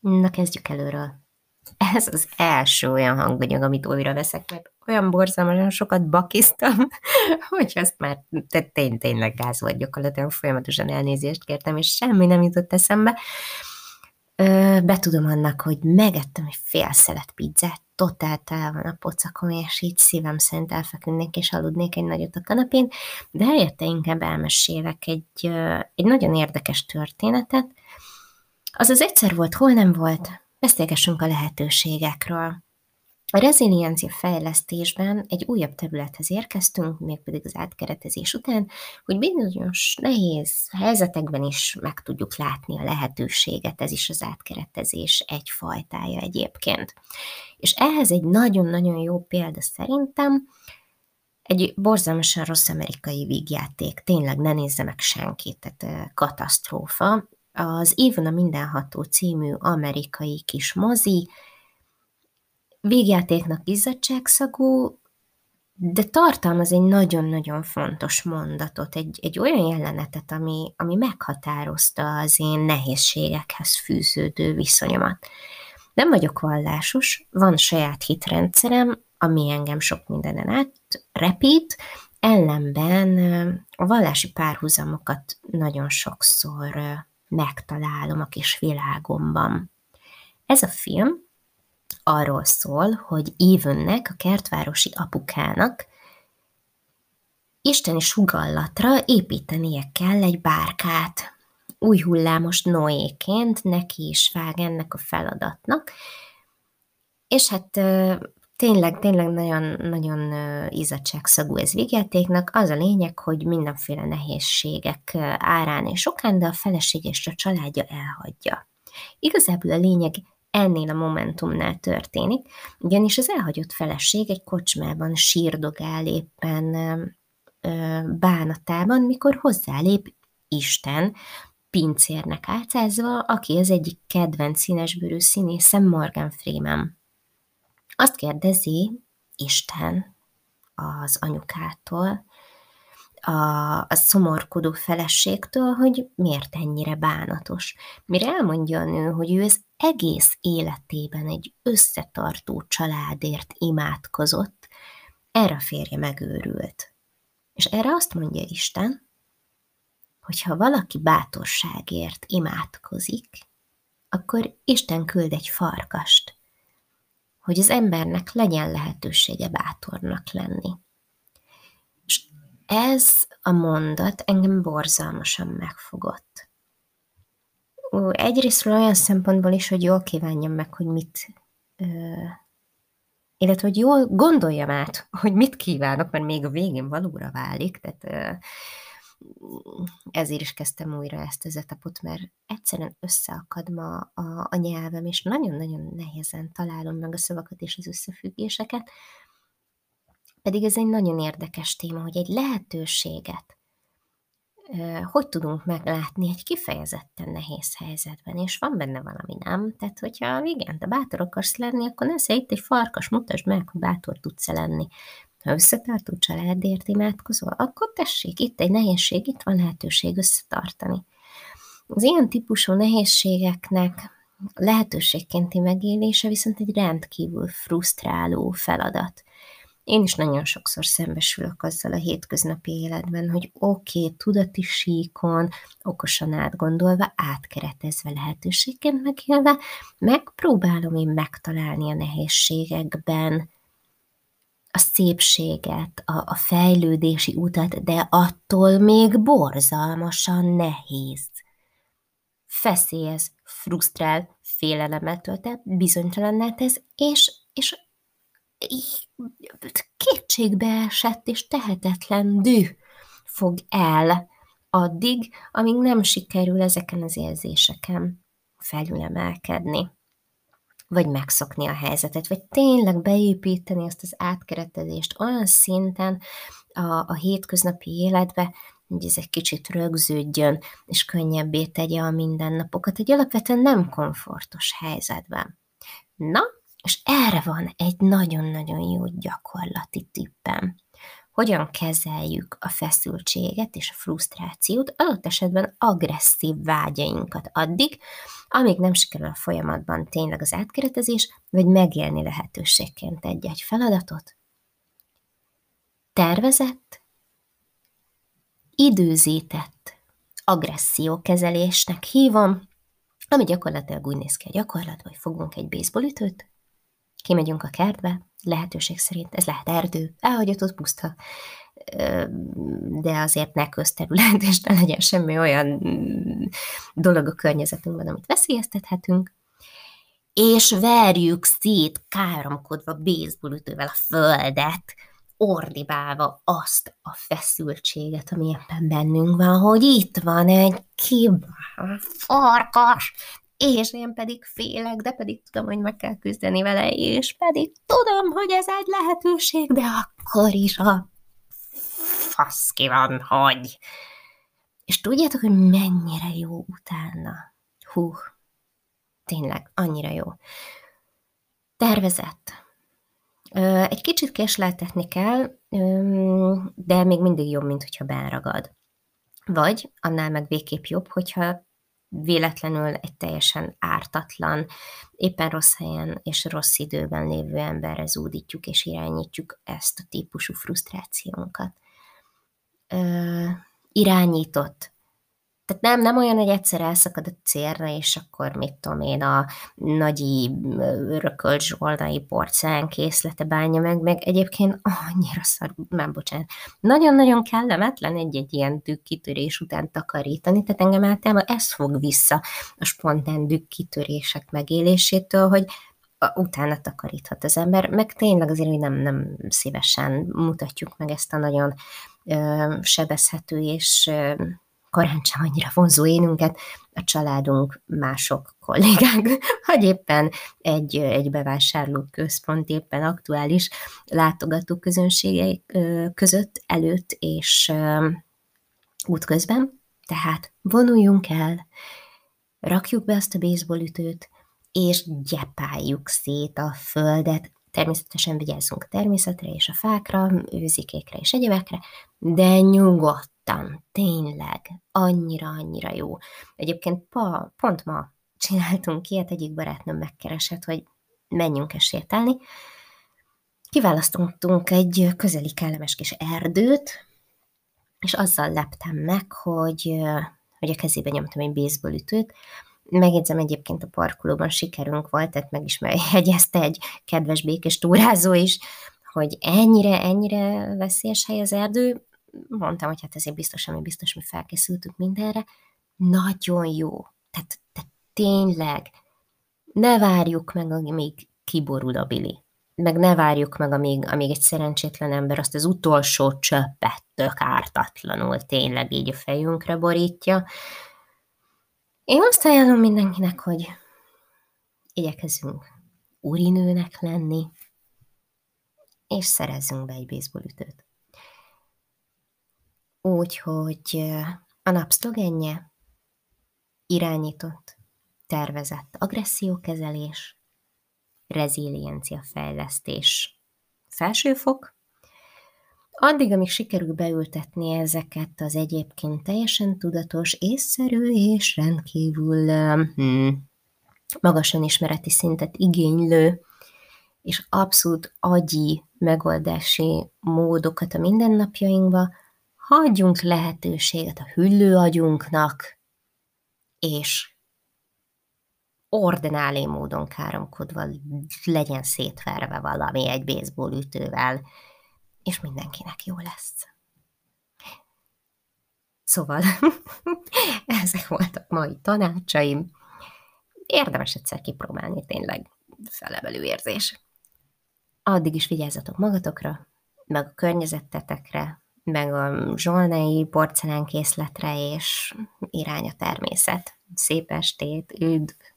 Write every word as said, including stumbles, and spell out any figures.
Na, kezdjük előről. Ez az első olyan hanganyag, amit újra veszek, mert olyan borzalmasan sokat bakiztam, hogy azt már te- tény, tényleg gáz volt gyakorlatilag, folyamatosan elnézést kértem, és semmi nem jutott eszembe. Ö, betudom annak, hogy megettem egy fél szelet pizzát, totál tele van a pocakom, és így szívem szerint elfeküdnék és aludnék egy nagyot a kanapén, de helyette inkább elmesélek egy, ö, egy nagyon érdekes történetet. Azaz egyszer volt, hol nem volt, beszélgessünk a lehetőségekről. A reziliencia fejlesztésben egy újabb területhez érkeztünk, mégpedig az átkeretezés után, hogy bizonyos nehéz helyzetekben is meg tudjuk látni a lehetőséget, ez is az átkeretezés egy fajtája egyébként. És ehhez egy nagyon-nagyon jó példa szerintem, egy borzalmasan rossz amerikai vígjáték, tényleg ne nézze meg senkit, tehát katasztrófa. Az Even a mindenható című amerikai kis mozi, végjátéknak izzadságszagú, de tartalmaz egy nagyon-nagyon fontos mondatot, egy, egy olyan jelenetet, ami, ami meghatározta az én nehézségekhez fűződő viszonyomat. Nem vagyok vallásos, van saját hitrendszerem, ami engem sok mindenen át repít, ellenben a vallási párhuzamokat nagyon sokszor megtalálom a kis világomban. Ez a film arról szól, hogy Evennek, a kertvárosi apukának isteni sugallatra építenie kell egy bárkát. Új hullámos Noéként neki is vág ennek a feladatnak, és hát tényleg, tényleg nagyon, nagyon izzadságszagú ez végjátéknak. Az a lényeg, hogy mindenféle nehézségek árán és okán, de a feleség és a családja elhagyja. Igazából a lényeg ennél a momentumnál történik, ugyanis az elhagyott feleség egy kocsmában sírdogál éppen ö, bánatában, mikor hozzálép Isten, pincérnek álcázva, aki az egyik kedvenc színesbőrű színésze Morgan Freeman. Azt kérdezi Isten az anyukától, a, a szomorkodó feleségtől, hogy miért ennyire bánatos. Mire elmondja a nő, hogy ő az egész életében egy összetartó családért imádkozott, erre a férje megőrült. És erre azt mondja Isten, hogy ha valaki bátorságért imádkozik, akkor Isten küld egy farkast, hogy az embernek legyen lehetősége bátornak lenni. És ez a mondat engem borzalmasan megfogott. Egyrésztről olyan szempontból is, hogy jól kívánjam meg, hogy mit, illetve hogy jól gondoljam át, hogy mit kívánok, mert még a végén valóra válik, tehát ezért is kezdtem újra ezt az etapot, mert egyszerűen összeakad ma a, a nyelvem, és nagyon-nagyon nehezen találom meg a szavakat és az összefüggéseket, pedig ez egy nagyon érdekes téma, hogy egy lehetőséget hogy tudunk meglátni egy kifejezetten nehéz helyzetben, és van benne valami, nem? Tehát, hogyha igen, te bátor akarsz lenni, akkor ne itt egy farkas, mutasd meg, hogy bátor tudsz lenni. Ha összetartó családért imádkozol, akkor tessék, itt egy nehézség, itt van lehetőség összetartani. Az ilyen típusú nehézségeknek lehetőségkénti megélése viszont egy rendkívül frusztráló feladat. Én is nagyon sokszor szembesülök azzal a hétköznapi életben, hogy oké, okay, tudati síkon, okosan átgondolva, átkeretezve, lehetőségként megélve, megpróbálom én megtalálni a nehézségekben a szépséget, a, a fejlődési utat, de attól még borzalmasan nehéz. Feszélyez, frusztrál, félelemet tölt el, bizonytalanná tesz, és, és kétségbe esett és tehetetlen düh fog el addig, amíg nem sikerül ezeken az érzéseken felülemelkedni, vagy megszokni a helyzetet, vagy tényleg beépíteni ezt az átkeretezést olyan szinten a, a hétköznapi életbe, hogy ez egy kicsit rögződjön, és könnyebbé tegye a mindennapokat egy alapvetően nem komfortos helyzetben. Na, és erre van egy nagyon-nagyon jó gyakorlati tippem. hogyan kezeljük a feszültséget és a frusztrációt, adott esetben agresszív vágyainkat addig, amíg nem sikerül a folyamatban tényleg az átkeretezés, vagy megélni lehetőségként egy-egy feladatot. Tervezett, időzített agressziókezelésnek hívom, ami gyakorlatilag úgy néz ki a gyakorlat, hogy fogunk egy baseballütőt, kimegyünk a kertbe, lehetőség szerint, ez lehet erdő, elhagyatott puszta, de azért ne közterület, és ne legyen semmi olyan dolog a környezetünkben, amit veszélyeztethetünk, és verjük szét káromkodva baseballütővel a földet, ordibálva azt a feszültséget, ami éppen bennünk van, hogy itt van egy kibált farkas, és én pedig félek, de pedig tudom, hogy meg kell küzdeni vele, és pedig tudom, hogy ez egy lehetőség, de akkor is a fasz ki van, hogy. És tudjátok, hogy mennyire jó utána. Hú, tényleg, annyira jó. Tervezett. Egy kicsit késleltetni kell, de még mindig jobb, mint hogyha benragad. Vagy annál meg végképp jobb, hogyha véletlenül egy teljesen ártatlan, éppen rossz helyen és rossz időben lévő emberre zúdítjuk és irányítjuk ezt a típusú frusztrációnkat. Ö, irányított. Tehát nem, nem olyan, hogy egyszer elszakad a célra, és akkor mit tudom én, a nagyi örökölt zsolnai porcelán készlete bánja meg, meg egyébként annyira szar, már bocsánat, nagyon-nagyon kellemetlen egy-egy ilyen dükkitörés után takarítani, tehát engem általában ez fog vissza a spontán dükkitörések megélésétől, hogy utána takaríthat az ember, meg tényleg azért, hogy nem, nem szívesen mutatjuk meg ezt a nagyon ö, sebezhető és ö, korán sem annyira vonzó énünket, a családunk, mások, kollégák, vagy éppen egy, egy bevásárló központ éppen aktuális látogató közönsége között, előtt és útközben. Tehát vonuljunk el, rakjuk be azt a baseballütőt, és gyepáljuk szét a földet. Természetesen vigyázzunk a természetre és a fákra, őzikékre és egyebekre, de nyugodtan, tényleg, annyira-annyira jó. Egyébként pa, pont ma csináltunk ilyet, egyik barátnőm megkeresett, hogy menjünk-e sétálni. Kiválasztottunk egy közeli kellemes kis erdőt, és azzal leptem meg, hogy, hogy a kezébe nyomtam egy baseballütőt. Megjegyzem, egyébként a parkolóban sikerünk volt, tehát meg is jegyezte egy kedves békés túrázó is, hogy ennyire, ennyire veszélyes hely az erdő. Mondtam, hogy hát ezért biztos, ami biztos, mi felkészültünk mindenre. Nagyon jó. Tehát, tehát tényleg, ne várjuk meg, amíg kiborul a bili. Meg ne várjuk meg, amíg, amíg egy szerencsétlen ember azt az utolsó csöppet tök ártatlanul tényleg így a fejünkre borítja. Én azt ajánlom mindenkinek, hogy igyekezzünk úrinőnek lenni, és szerezzünk be egy baseballütőt. Úgyhogy a nap szlogenje irányított, tervezett agressziókezelés, reziliencia fejlesztés felsőfok. Addig, amíg sikerül beültetni ezeket az egyébként teljesen tudatos, észszerű és rendkívül hmm, magas önismereti szintet igénylő és abszolút agyi megoldási módokat a mindennapjainkba, hagyjunk lehetőséget a hüllőagyunknak, és ordinálé módon káromkodva legyen szétverve valami egy baseballütővel, és mindenkinek jó lesz. Szóval, ezek voltak mai tanácsaim. Érdemes egyszer kipróbálni, tényleg felemelő érzés. Addig is vigyázzatok magatokra, meg a környezettetekre, meg a zsolnai porcelánkészletre, és irány a természet. Szép estét, üdv!